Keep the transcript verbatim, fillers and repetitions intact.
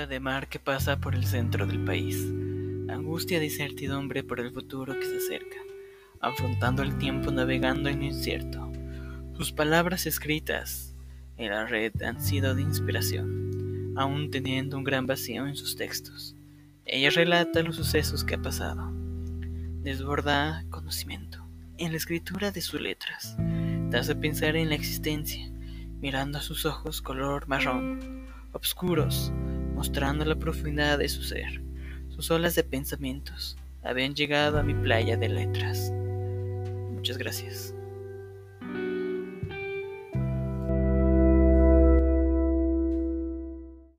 ola de mar que pasa por el centro del país, angustia de incertidumbre por el futuro que se acerca, afrontando el tiempo navegando en lo incierto. Sus palabras escritas en la red han sido de inspiración, aún teniendo un gran vacío en sus textos. Ella relata los sucesos que ha pasado, desborda conocimiento. En la escritura de sus letras, te hace pensar en la existencia, mirando a sus ojos color marrón, oscuros, mostrando la profundidad de su ser. Sus olas de pensamientos habían llegado a mi playa de letras. Muchas gracias.